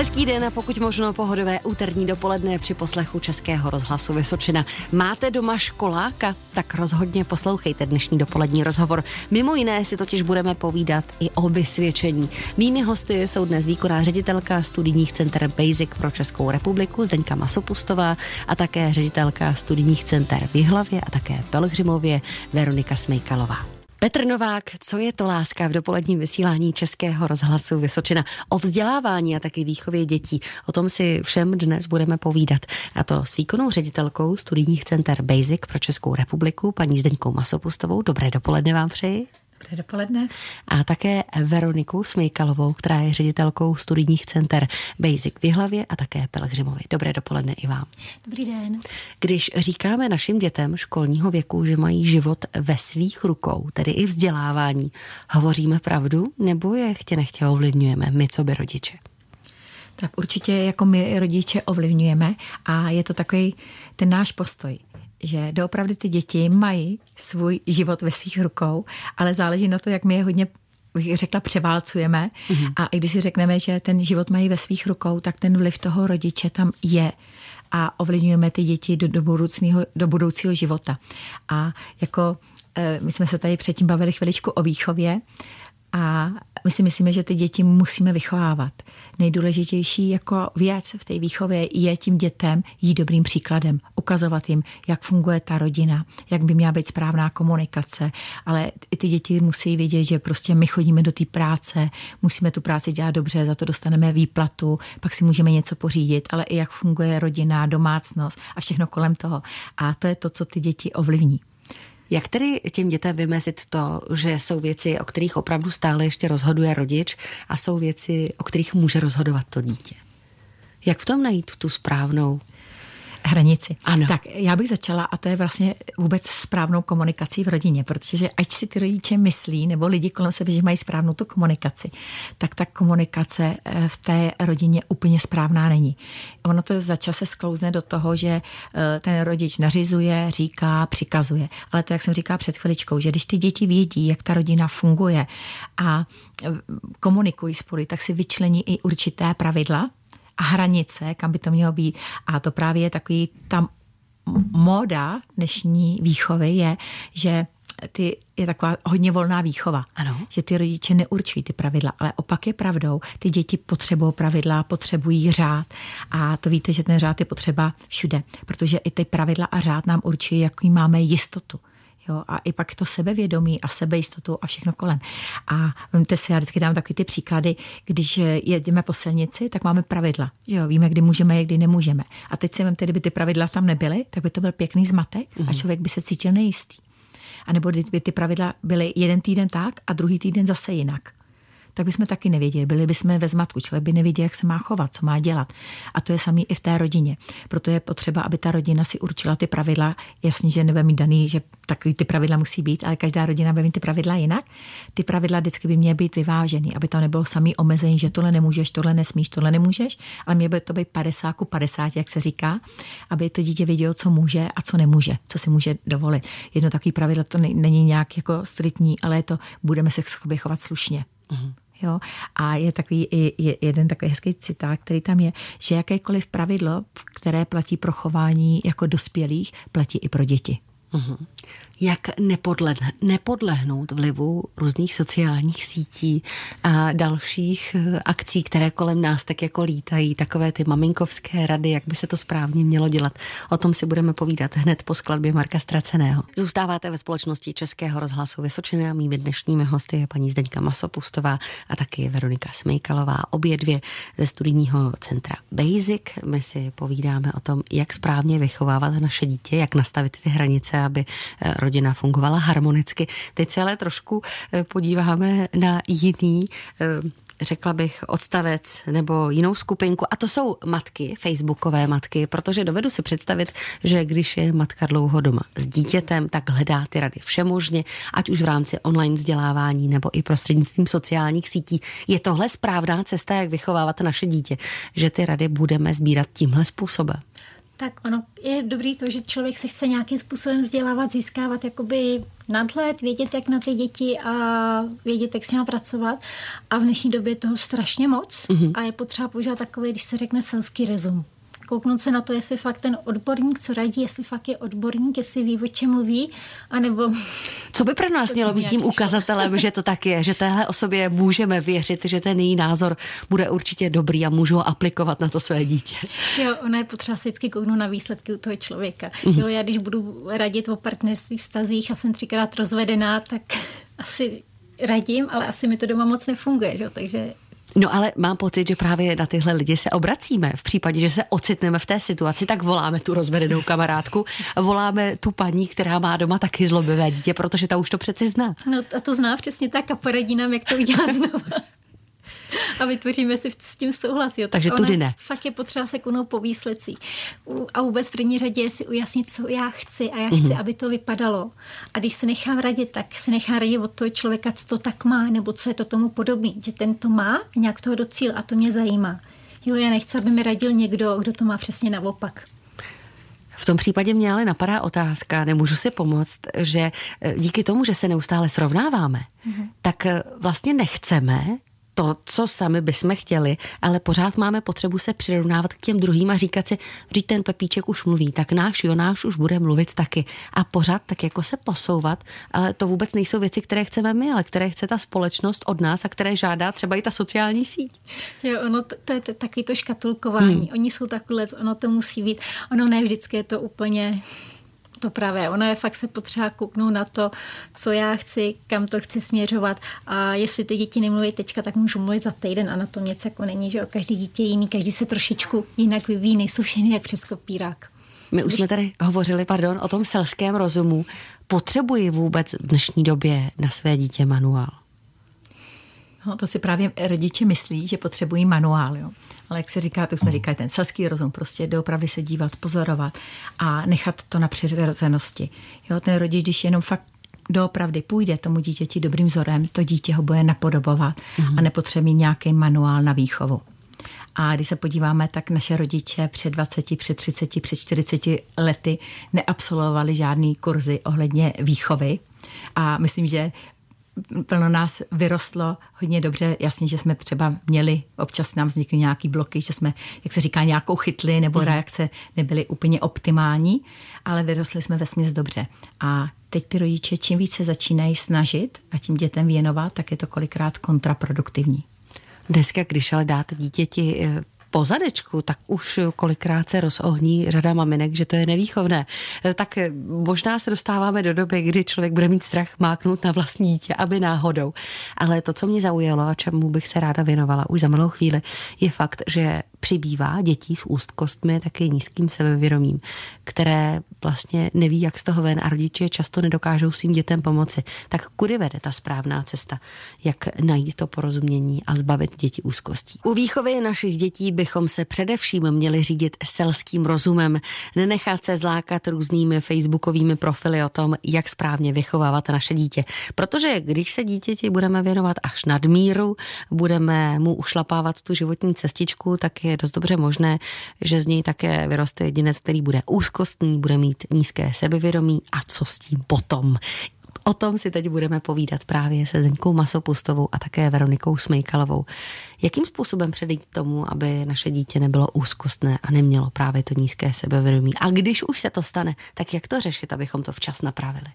Hezký den a pokud možno pohodové úterní dopoledne při poslechu Českého rozhlasu Vysočina. Máte doma školáka? Tak rozhodně poslouchejte dnešní dopolední rozhovor. Mimo jiné si totiž budeme povídat i o vysvědčení. Mými hosty jsou dnes výkonná ředitelka studijních center Basic pro Českou republiku Zdeňka Masopustová a také ředitelka studijních center v Jihlavě a také Pelhřimově Veronika Smejkalová. Petr Novák, co je to láska v dopoledním vysílání Českého rozhlasu Vysočina? O vzdělávání a taky výchově dětí. O tom si všem dnes budeme povídat. A to s výkonnou ředitelkou studijních center Basic pro Českou republiku, paní Zdeňkou Masopustovou. Dobré dopoledne vám přeji. Dobré dopoledne. A také Veroniku Smejkalovou, která je ředitelkou studijních center Basic v Jihlavě a také Pelhřimově. Dobré dopoledne i vám. Dobrý den. Když říkáme našim dětem školního věku, že mají život ve svých rukou, tedy i vzdělávání, hovoříme pravdu nebo je chtě nechtě ovlivňujeme my, co by rodiče? Tak určitě jako my rodiče ovlivňujeme a je to takový ten náš postoj, že doopravdy ty děti mají svůj život ve svých rukou, ale záleží na to, jak my je hodně, bych řekla, převálcujeme. A i když si řekneme, že ten život mají ve svých rukou, tak ten vliv toho rodiče tam je a ovlivňujeme ty děti do budoucího života. A jako my jsme se tady předtím bavili chviličku o výchově a my si myslíme, že ty děti musíme vychovávat. Nejdůležitější jako věc v té výchově je tím dětem jít dobrým příkladem, ukazovat jim, jak funguje ta rodina, jak by měla být správná komunikace, ale i ty děti musí vědět, že prostě my chodíme do té práce, musíme tu práci dělat dobře, za to dostaneme výplatu, pak si můžeme něco pořídit, ale i jak funguje rodina, domácnost a všechno kolem toho. A to je to, co ty děti ovlivní. Jak tedy těm dětem vymezit to, že jsou věci, o kterých opravdu stále ještě rozhoduje rodič a jsou věci, o kterých může rozhodovat to dítě? Jak v tom najít tu správnou hranici? Ano. Tak já bych začala a to je vlastně vůbec správnou komunikací v rodině, protože ať si ty rodiče myslí nebo lidi kolem sebe, že mají správnou tu komunikaci, tak ta komunikace v té rodině úplně správná není. Ono to za čas se sklouzne do toho, že ten rodič nařizuje, říká, přikazuje. Ale to, jak jsem říkala před chviličkou, že když ty děti vědí, jak ta rodina funguje a komunikují spolu, tak si vyčlení i určité pravidla a hranice, kam by to mělo být. A to právě je takový, ta móda dnešní výchovy je, že je taková hodně volná výchova. Ano. Že ty rodiče neurčují ty pravidla, ale opak je pravdou. Ty děti potřebují pravidla, potřebují řád a to víte, že ten řád je potřeba všude, protože i ty pravidla a řád nám určují, jaký máme jistotu. Jo, a i pak to sebevědomí a sebejistotu a všechno kolem. A vemte si, já vždycky dám takový ty příklady, když jedeme po silnici, tak máme pravidla. Jo, víme, kdy můžeme, kdy nemůžeme. A teď si vemte, kdyby ty pravidla tam nebyly, tak by to byl pěkný zmatek a člověk by se cítil nejistý. A nebo kdyby ty pravidla byly jeden týden tak a druhý týden zase jinak. Tak bychom taky nevěděli, byli bychom ve zmatku, člověk by nevěděl, jak se má chovat, co má dělat. A to je samý i v té rodině. Proto je potřeba, aby ta rodina si určila ty pravidla. Jasně, že nebude mít daný, že takový ty pravidla musí být, ale každá rodina bude mít ty pravidla jinak. Ty pravidla vždycky by měly být vyvážený, aby to nebylo samý omezení, že tohle nemůžeš, tohle nesmíš, tohle nemůžeš, ale mělo by to být 50:50, jak se říká, aby to dítě vědělo, co může a co nemůže, co si může dovolit. Jedno takový pravidlo to není nějak jako striktní, ale je to, budeme se k sobě chovat slušně. Jo? A je takový jeden takový hezký citát, který tam je, že jakékoliv pravidlo, které platí pro chování jako dospělých, platí i pro děti. Jak nepodlehnout vlivu různých sociálních sítí a dalších akcí, které kolem nás tak jako lítají, takové ty maminkovské rady, jak by se to správně mělo dělat. O tom si budeme povídat hned po skladbě Marka Ztraceného. Zůstáváte ve společnosti Českého rozhlasu Vysočina. Mými dnešními hosty je paní Zdeňka Masopustová a taky Veronika Smejkalová, obě dvě ze studijního centra Basic. My si povídáme o tom, jak správně vychovávat naše dítě, jak nastavit ty hranice, aby rodina fungovala harmonicky. Teď se ale trošku podíváme na jiný, řekla bych, odstavec nebo jinou skupinku a to jsou matky, facebookové matky, protože dovedu si představit, že když je matka dlouho doma s dítětem, tak hledá ty rady všemožně, ať už v rámci online vzdělávání nebo i prostřednictvím sociálních sítí. Je tohle správná cesta, jak vychovávat naše dítě, že ty rady budeme sbírat tímhle způsobem? Tak ono je dobrý to, že člověk se chce nějakým způsobem vzdělávat, získávat jakoby nadhled, vědět, jak na ty děti a vědět, jak s nimi pracovat. A v dnešní době je toho strašně moc a je potřeba používat takový, když se řekne selský rozum. Kouknout se na to, jestli fakt ten odborník, co radí, jestli fakt je odborník, jestli ví, o čem mluví, anebo... Co by pro nás mělo být tím ukazatelem, že to tak je, že téhle osobě můžeme věřit, že ten její názor bude určitě dobrý a můžu ho aplikovat na to své dítě? Jo, ona je potřeba si vždycky kouknout na výsledky u toho člověka. Jo, já když budu radit o partnerství, vztazích a jsem 3krát rozvedená, tak asi radím, ale asi mi to doma moc nefunguje, že? Takže... No ale mám pocit, že právě na tyhle lidi se obracíme. V případě, že se ocitneme v té situaci, tak voláme tu rozvedenou kamarádku, voláme tu paní, která má doma taky zlobivé dítě, protože ta už to přeci zná. No a to zná přesně tak a poradí nám, jak to udělat znova. A vytvoříme si s tím souhlas. Jo. Takže tudy ne. Fakt je potřeba se kunout po výsledcích. A vůbec v první řadě je si ujasnit, co já chci a já chci, aby to vypadalo. A když se nechám radit, tak se nechám radit od toho člověka, co to tak má, nebo co je to tomu podobný. Že ten to má, nějak toho docíl a to mě zajímá. Jo, já nechci, aby mi radil někdo, kdo to má přesně naopak. V tom případě mě ale napadá otázka, nemůžu si pomoct, že díky tomu, že se neustále srovnáváme, tak vlastně nechceme to, co sami bychom chtěli, ale pořád máme potřebu se přirovnávat k těm druhým a říkat si, vždyť ten Pepíček už mluví, tak náš Jonáš už bude mluvit taky. A pořád tak jako se posouvat, ale to vůbec nejsou věci, které chceme my, ale které chce ta společnost od nás a které žádá třeba i ta sociální síť. Jo, ono to je takový to škatulkování. Oni jsou takhle, ono to musí být, ono ne vždycky je to úplně... To právě, ono je fakt se potřeba kouknout na to, co já chci, kam to chci směřovat a jestli ty děti nemluví teďka, tak můžu mluvit za týden a na tom nic jako není, že jo, každý dítě je jiný, každý se trošičku jinak vyvíjí, nejsou všechny jak přes kopírák. My už jsme tady hovořili, o tom selském rozumu. Potřebuji vůbec v dnešní době na své dítě manuál? No, to si právě rodiče myslí, že potřebují manuál, jo. Ale jak se říká, to už jsme říkali, ten selský rozum, prostě doopravdy se dívat, pozorovat a nechat to na přirozenosti. Jo, ten rodič, když jenom fakt doopravdy půjde tomu dítěti dobrým vzorem, to dítě ho bude napodobovat a nepotřebuje nějaký manuál na výchovu. A když se podíváme, tak naše rodiče před 20, před 30, před 40 lety neabsolvovali žádný kurzy ohledně výchovy a myslím, že plno nás vyrostlo hodně dobře. Jasně, že jsme třeba měli, občas nám vznikly nějaký bloky, že jsme, jak se říká, nějakou chytli nebo reakce nebyly úplně optimální, ale vyrostli jsme vesměs dobře. A teď ty rodiče čím více začínají snažit a tím dětem věnovat, tak je to kolikrát kontraproduktivní. Dneska, když ale dáte dítěti po zadečku, tak už kolikrát se rozohní řada maminek, že to je nevýchovné. Tak možná se dostáváme do doby, kdy člověk bude mít strach máknout na vlastní dítě, aby náhodou. Ale to, co mě zaujalo a čemu bych se ráda věnovala už za malou chvíli, je fakt, že přibývá dětí s úzkostmi, taky nízkým sebevědomím, které vlastně neví, jak z toho ven a rodiče často nedokážou svým dětem pomoci. Tak kudy vede ta správná cesta, jak najít to porozumění a zbavit děti úzkostí? U výchovy našich dětí bychom se především měli řídit selským rozumem, nenechat se zlákat různými facebookovými profily o tom, jak správně vychovávat naše dítě. Protože když se dítěti budeme věnovat až nadmíru, budeme mu ušlapávat tu životní cestičku, tak je dost dobře možné, že z něj také vyroste jedinec, který bude úzkostný, bude mít nízké sebevědomí a co s tím potom. O tom si teď budeme povídat právě se Zdeňkou Masopustovou a také Veronikou Smejkalovou. Jakým způsobem předejít tomu, aby naše dítě nebylo úzkostné a nemělo právě to nízké sebevědomí? A když už se to stane, tak jak to řešit, abychom to včas napravili?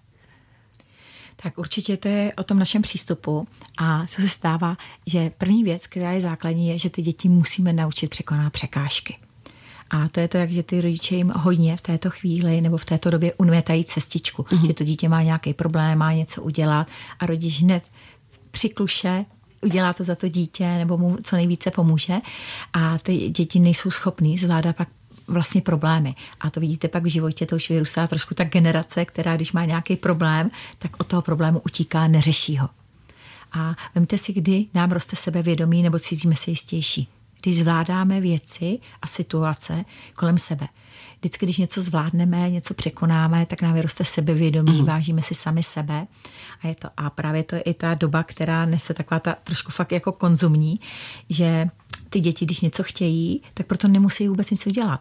Tak určitě to je o tom našem přístupu a co se stává, že první věc, která je základní, je, že ty děti musíme naučit překonat překážky. A to je to, jak že ty rodiče jim hodně v této chvíli nebo v této době unvětají cestičku, že to dítě má nějaký problém, má něco udělat a rodič hned přikluše udělá to za to dítě nebo mu co nejvíce pomůže a ty děti nejsou schopný zvládat pak vlastně problémy. A to vidíte pak v životě, to už vyrůstá trošku ta generace, která když má nějaký problém, tak od toho problému utíká, neřeší ho. A vemte si, kdy nám roste sebevědomí nebo cítíme se jistější. Když zvládáme věci a situace kolem sebe. Vždycky, když něco zvládneme, něco překonáme, tak nám vyroste sebevědomí, vážíme si sami sebe. A právě to je i ta doba, která nese taková ta trošku fakt jako konzumní, že ty děti, když něco chtějí, tak proto nemusí vůbec nic udělat.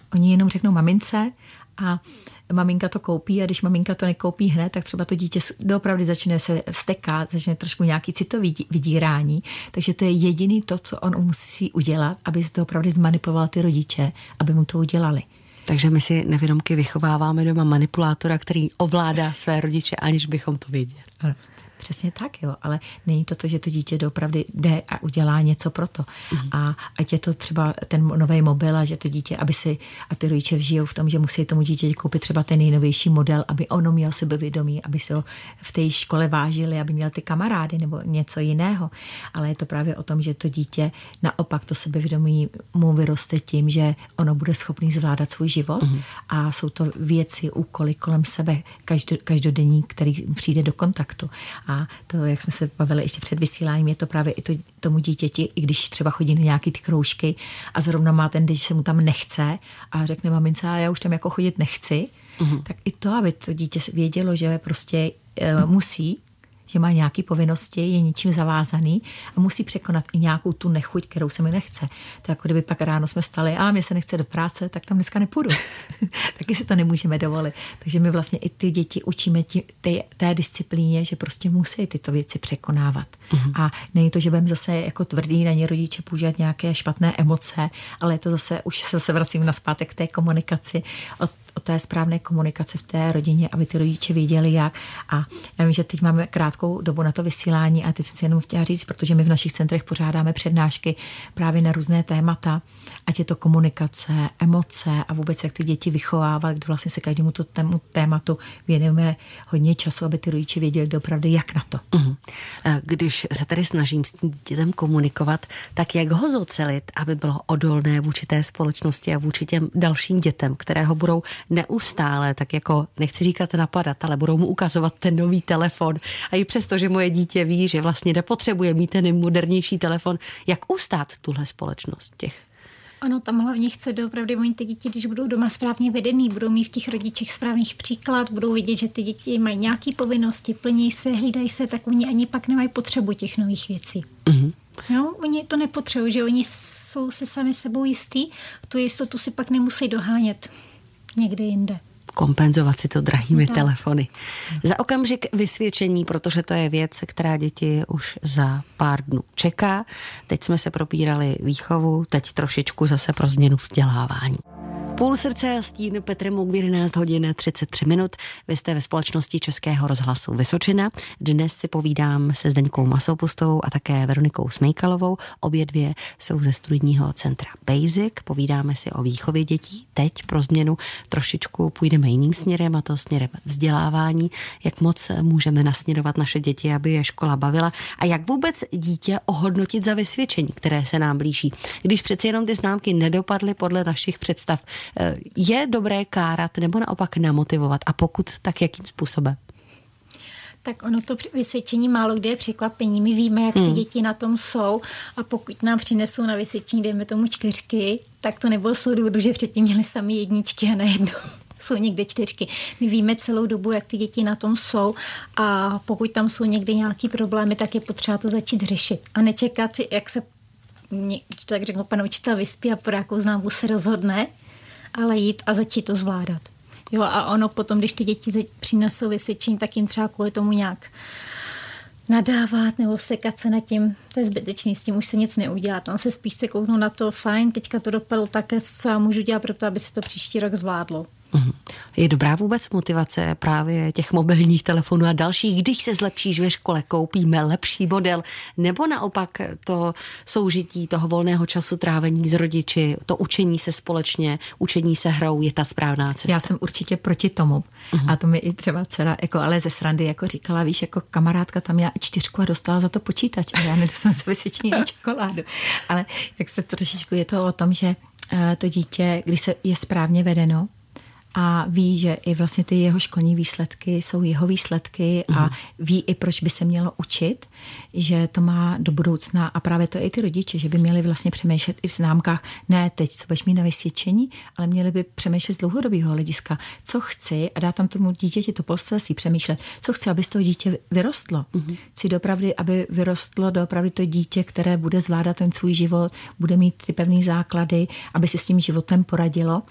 Oni jenom řeknou mamince a maminka to koupí, a když maminka to nekoupí hned, tak třeba to dítě doopravdy začne se vztekat, začne trošku nějaký citový vydírání. Takže to je jediný to, co on musí udělat, aby to opravdu zmanipuloval ty rodiče, aby mu to udělali. Takže my si nevědomky vychováváme doma manipulátora, který ovládá své rodiče, aniž bychom to věděli. Přesně tak, jo, ale není to, že to dítě doopravdy jde a udělá něco pro to. A ať je to třeba ten nový mobil a že to dítě, a ty rodiče vžijou v tom, že musí tomu dítě koupit třeba ten nejnovější model, aby ono mělo sebevědomí, aby se ho v té škole vážili, aby měl ty kamarády nebo něco jiného. Ale je to právě o tom, že to dítě naopak to sebevědomí mu vyroste tím, že ono bude schopný zvládat svůj život a jsou to věci, úkoly kolem sebe každodenní, který přijde do kontaktu. A to, jak jsme se bavili ještě před vysíláním, je to právě i tomu dítěti, i když třeba chodí na nějaký ty kroužky a zrovna má ten, když se mu tam nechce a řekne mamince, já už tam jako chodit nechci, tak i to, aby to dítě vědělo, že prostě musí, že má nějaké povinnosti, je něčím zavázaný a musí překonat i nějakou tu nechuť, kterou se mi nechce. To jako kdyby pak ráno jsme vstali a mě se nechce do práce, tak tam dneska nepůjdu. Taky si to nemůžeme dovolit. Takže my vlastně i ty děti učíme té disciplíně, že prostě musí tyto věci překonávat. A není to, že budeme zase jako tvrdý na ně rodiče používat nějaké špatné emoce, ale je to zase, už se vracím nazpátek k té komunikaci, o té správné komunikaci v té rodině, aby ty rodiče věděli jak. A já vím, že teď máme krátkou dobu na to vysílání a teď jsem si jenom chtěla říct, protože my v našich centrech pořádáme přednášky právě na různé témata, ať je to komunikace, emoce a vůbec jak ty děti vychovávat, kdy vlastně se každému tomu tématu věnujeme hodně času, aby ty rodiče věděli doopravdy jak na to. Když se tady snažím s tím dítětem komunikovat, tak jak ho zocelit, aby bylo odolné vůči té společnosti a vůči těm dalším dětem, které ho budou neustále, tak jako nechci říkat napadat, ale budou mu ukazovat ten nový telefon. A i přesto, že moje dítě ví, že vlastně nepotřebuje mít ten nejmodernější telefon, jak ustát tuhle společnost těch? Ono tam hlavně chce doopravdy mít ty děti, když budou doma správně vedený, budou mít v těch rodičích správných příklad, budou vidět, že ty děti mají nějaké povinnosti, plní se, hlídají se, tak oni ani pak nemají potřebu těch nových věcí. Jo, oni to nepotřebují, že oni jsou se sami sebou jistí, tu jistotu si pak nemusí dohánět někde jinde. Kompenzovat si to drahými telefony. Za okamžik vysvědčení, protože to je věc, která děti už za pár dnů čeká. Teď jsme se propírali výchovu, teď trošičku zase pro změnu vzdělávání. Půl srdce a stín, Petr Mouk, 11 hodin 33 minut. Vy jste ve společnosti Českého rozhlasu Vysočina. Dnes si povídám se Zdeňkou Masoupustovou a také Veronikou Smejkalovou. Obě dvě jsou ze studijního centra Basic. Povídáme si o výchově dětí. Teď pro změnu trošičku půjdeme jiným směrem, a to směrem vzdělávání. Jak moc můžeme nasměrovat naše děti, aby je škola bavila, a jak vůbec dítě ohodnotit za vysvědčení, které se nám blíží. Když přeci jenom ty známky nedopadly podle našich představ, je dobré kárat nebo naopak namotivovat, a pokud, tak jakým způsobem? Tak ono to vysvědčení málo kde je překvapení. My víme, jak ty děti na tom jsou, a pokud nám přinesou na vysvědčení, dejme tomu 4, tak to nebylo z důvodu, že předtím měli sami 1 a najednou jsou někde 4. My víme celou dobu, jak ty děti na tom jsou, a pokud tam jsou někde nějaký problémy, tak je potřeba to začít řešit a nečekat, jak se, tak řeknu, pan učitel vyspí a po nějakou známku se rozhodne, ale jít a začít to zvládat. Jo, a ono potom, když ty děti přinesou vysvědčení, tak jim třeba kvůli tomu nějak nadávat nebo sekat se nad tím, to je zbytečný, s tím už se nic neudělá. Tam se spíš se kouknou na to, fajn, teďka to dopadlo také, co já můžu dělat pro to, aby se to příští rok zvládlo. Je dobrá vůbec motivace právě těch mobilních telefonů a dalších, když se zlepšíš ve škole, koupíme lepší model, nebo naopak to soužití toho volného času, trávení s rodiči, to učení se společně, učení se hrou je ta správná cesta? Já jsem určitě proti tomu. A to mi i třeba dcera, jako, ale ze srandy jako říkala, víš, jako kamarádka tam měla 4 a dostala za to počítač a já nedostala za vysvědčení na čokoládu. Ale jak se trošičku je to o tom, že to dítě, když se je správně vedeno, a ví, že i vlastně ty jeho školní výsledky jsou jeho výsledky a ví i, proč by se mělo učit, že to má do budoucna, a právě to i ty rodiče, že by měli vlastně přemýšlet i v známkách, ne teď, co budeš mít na vysvědčení, ale měli by přemýšlet z dlouhodobého hlediska, co chci, a dá tam tomu dítěti to poselství přemýšlet, co chci, aby z toho dítě vyrostlo. Chci dopravdy, aby vyrostlo dopravdy to dítě, které bude zvládat ten svůj život, bude mít ty pevné základy, aby si s tím životem poradilo.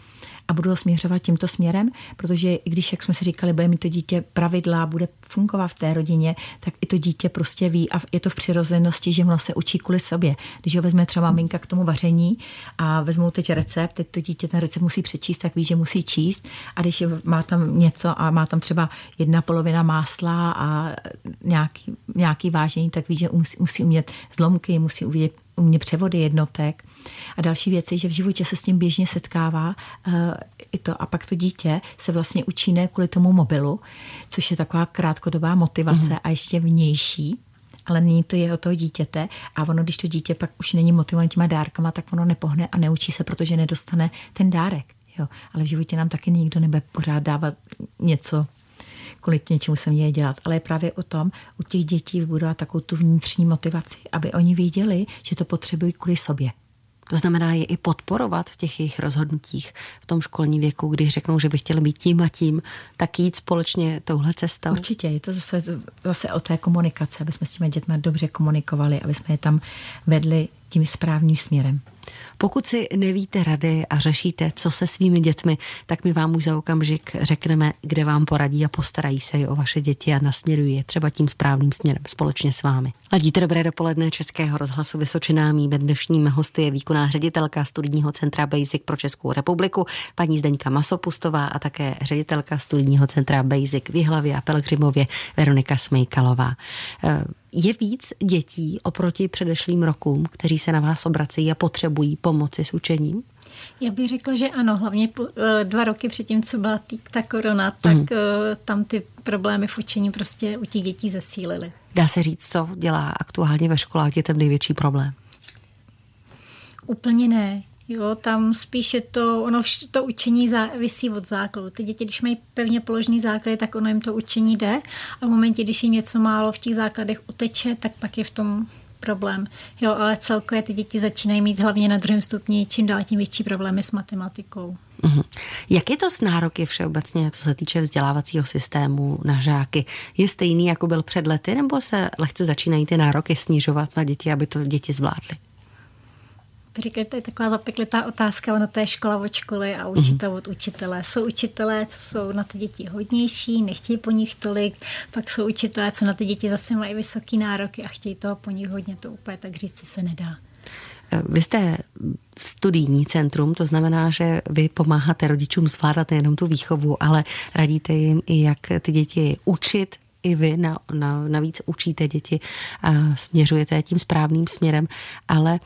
a budou směřovat tímto směrem, protože i když, jak jsme si říkali, bude mít to dítě pravidla, bude fungovat v té rodině, tak i to dítě prostě ví a je to v přirozenosti, že ono se učí kvůli sobě. Když ho vezme třeba maminka k tomu vaření a vezmou teď recept, teď to dítě ten recept musí přečíst, tak ví, že musí číst a když má tam něco a má tam třeba 1/2 másla a nějaký vážení, tak ví, že musí umět zlomky, musí umět převody jednotek a další věci, že v životě se s tím běžně setkává i to a pak to dítě se vlastně učí ne kvůli tomu mobilu, což je taková krátkodobá motivace a ještě vnější, ale není to jeho toho dítěte a ono, když to dítě pak už není motivované těma dárkama, tak ono nepohne a neučí se, protože nedostane ten dárek. Jo. Ale v životě nám taky nikdo nebude pořád dávat něco, kvůli něčemu se měli dělat. Ale je právě o tom u těch dětí vybudovat takovou tu vnitřní motivaci, aby oni věděli, že to potřebují kvůli sobě. To znamená je i podporovat v těch jejich rozhodnutích v tom školním věku, když řeknou, že by chtěli být tím a tím, tak jít společně touhle cestou. Určitě, je to zase o té komunikaci, aby jsme s těmi dětmi dobře komunikovali, aby jsme je tam vedli tím správným směrem. Pokud si nevíte rady a řešíte, co se svými dětmi, tak my vám už za okamžik řekneme, kde vám poradí a postarají se o vaše děti a nasměrují je třeba tím správným směrem společně s vámi. Ladíte dobré dopoledne Českého rozhlasu Vysočina. Mým dnešním hosty je výkonná ředitelka studijního centra Basic pro Českou republiku, paní Zdeňka Masopustová a také ředitelka studijního centra Basic v Jihlavě a Pelhřimově Veronika Smejkalová. Je víc dětí oproti předešlým rokům, kteří se na vás obracejí a potřebují pomoci s učením? Já bych řekla, že ano, hlavně 2 roky předtím, co byla ta korona, tak tam ty problémy v učení prostě u těch dětí zesílily. Dá se říct, co dělá aktuálně ve školách dětem největší problém? Úplně ne. Jo, tam spíše to učení visí od základu. Ty děti, když mají pevně položený základy, tak ono jim to učení jde a v momentě, když jim něco málo v těch základech uteče, tak pak je v tom problém. Jo, ale celkově ty děti začínají mít hlavně na 2. stupni čím dál tím větší problémy s matematikou. Jak je to s nároky všeobecně, co se týče vzdělávacího systému na žáky? Je stejný, jako byl před lety, nebo se lehce začínají ty nároky snižovat na děti, aby to děti zvládly? Říkali, to je taková zapeklitá otázka, ono to je škola od školy a učitel od učitele. Jsou učitelé, co jsou na ty děti hodnější, nechtějí po nich tolik, pak jsou učitelé, co na ty děti zase mají vysoký nároky a chtějí toho po nich hodně, to úplně tak říct si se nedá. Vy jste studijní centrum, to znamená, že vy pomáháte rodičům zvládat nejenom tu výchovu, ale radíte jim i, jak ty děti učit. I vy navíc učíte děti a směřujete tím správným směrem, ale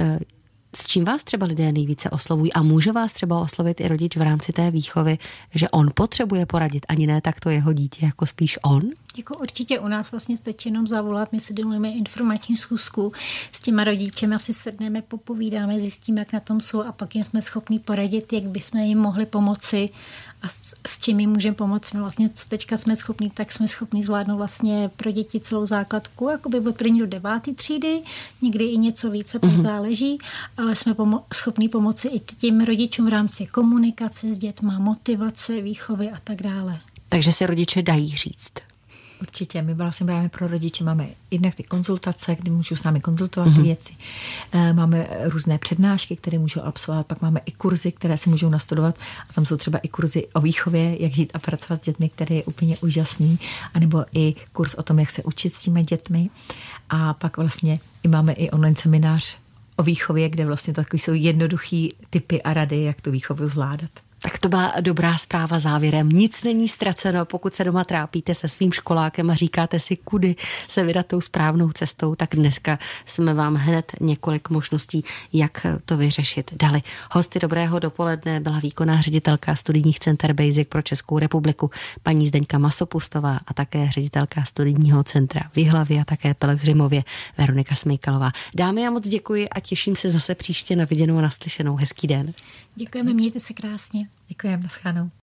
s čím vás třeba lidé nejvíce oslovují a může vás třeba oslovit i rodič v rámci té výchovy, že on potřebuje poradit, ani ne tak to jeho dítě, jako spíš on? Jako určitě u nás vlastně stačí jenom zavolat, my si domluvíme informační schůzku s těma rodičemi, asi sedneme, popovídáme, zjistíme, jak na tom jsou a pak jim jsme schopní poradit, jak bychom jim mohli pomoci a s čím jim můžeme pomoci. My vlastně, co teďka jsme schopní, tak jsme schopní zvládnout vlastně pro děti celou základku, jakoby od 1. do 9. třídy, někdy i něco více, pak záleží, ale jsme schopní pomoci i těm rodičům v rámci komunikace s dětma, motivace, výchovy a tak dále. Takže se rodiče dají říct. Určitě, my vlastně právě pro rodiče máme jednak ty konzultace, kdy můžou s námi konzultovat ty věci. Máme různé přednášky, které můžou absolvovat, pak máme i kurzy, které si můžou nastudovat a tam jsou třeba i kurzy o výchově, jak žít a pracovat s dětmi, který je úplně úžasný, anebo i kurz o tom, jak se učit s těmi dětmi. A pak vlastně máme i online seminář o výchově, kde vlastně takový jsou jednoduchý tipy a rady, jak tu výchovu zvládat. Tak to byla dobrá zpráva závěrem. Nic není ztraceno, pokud se doma trápíte se svým školákem a říkáte si, kudy se vydat tou správnou cestou, tak dneska jsme vám hned několik možností, jak to vyřešit dali. Hosty dobrého dopoledne byla výkonná ředitelka studijních center Basic pro Českou republiku, paní Zdeňka Masopustová a také ředitelka studijního centra v Jihlavě a také Pelhřimově Veronika Smejkalová. Dámy, já moc děkuji a těším se zase příště na viděnou a naslyšenou. Hezký den. Děkujeme, mějte se krásně. Děkujeme, naschledanou.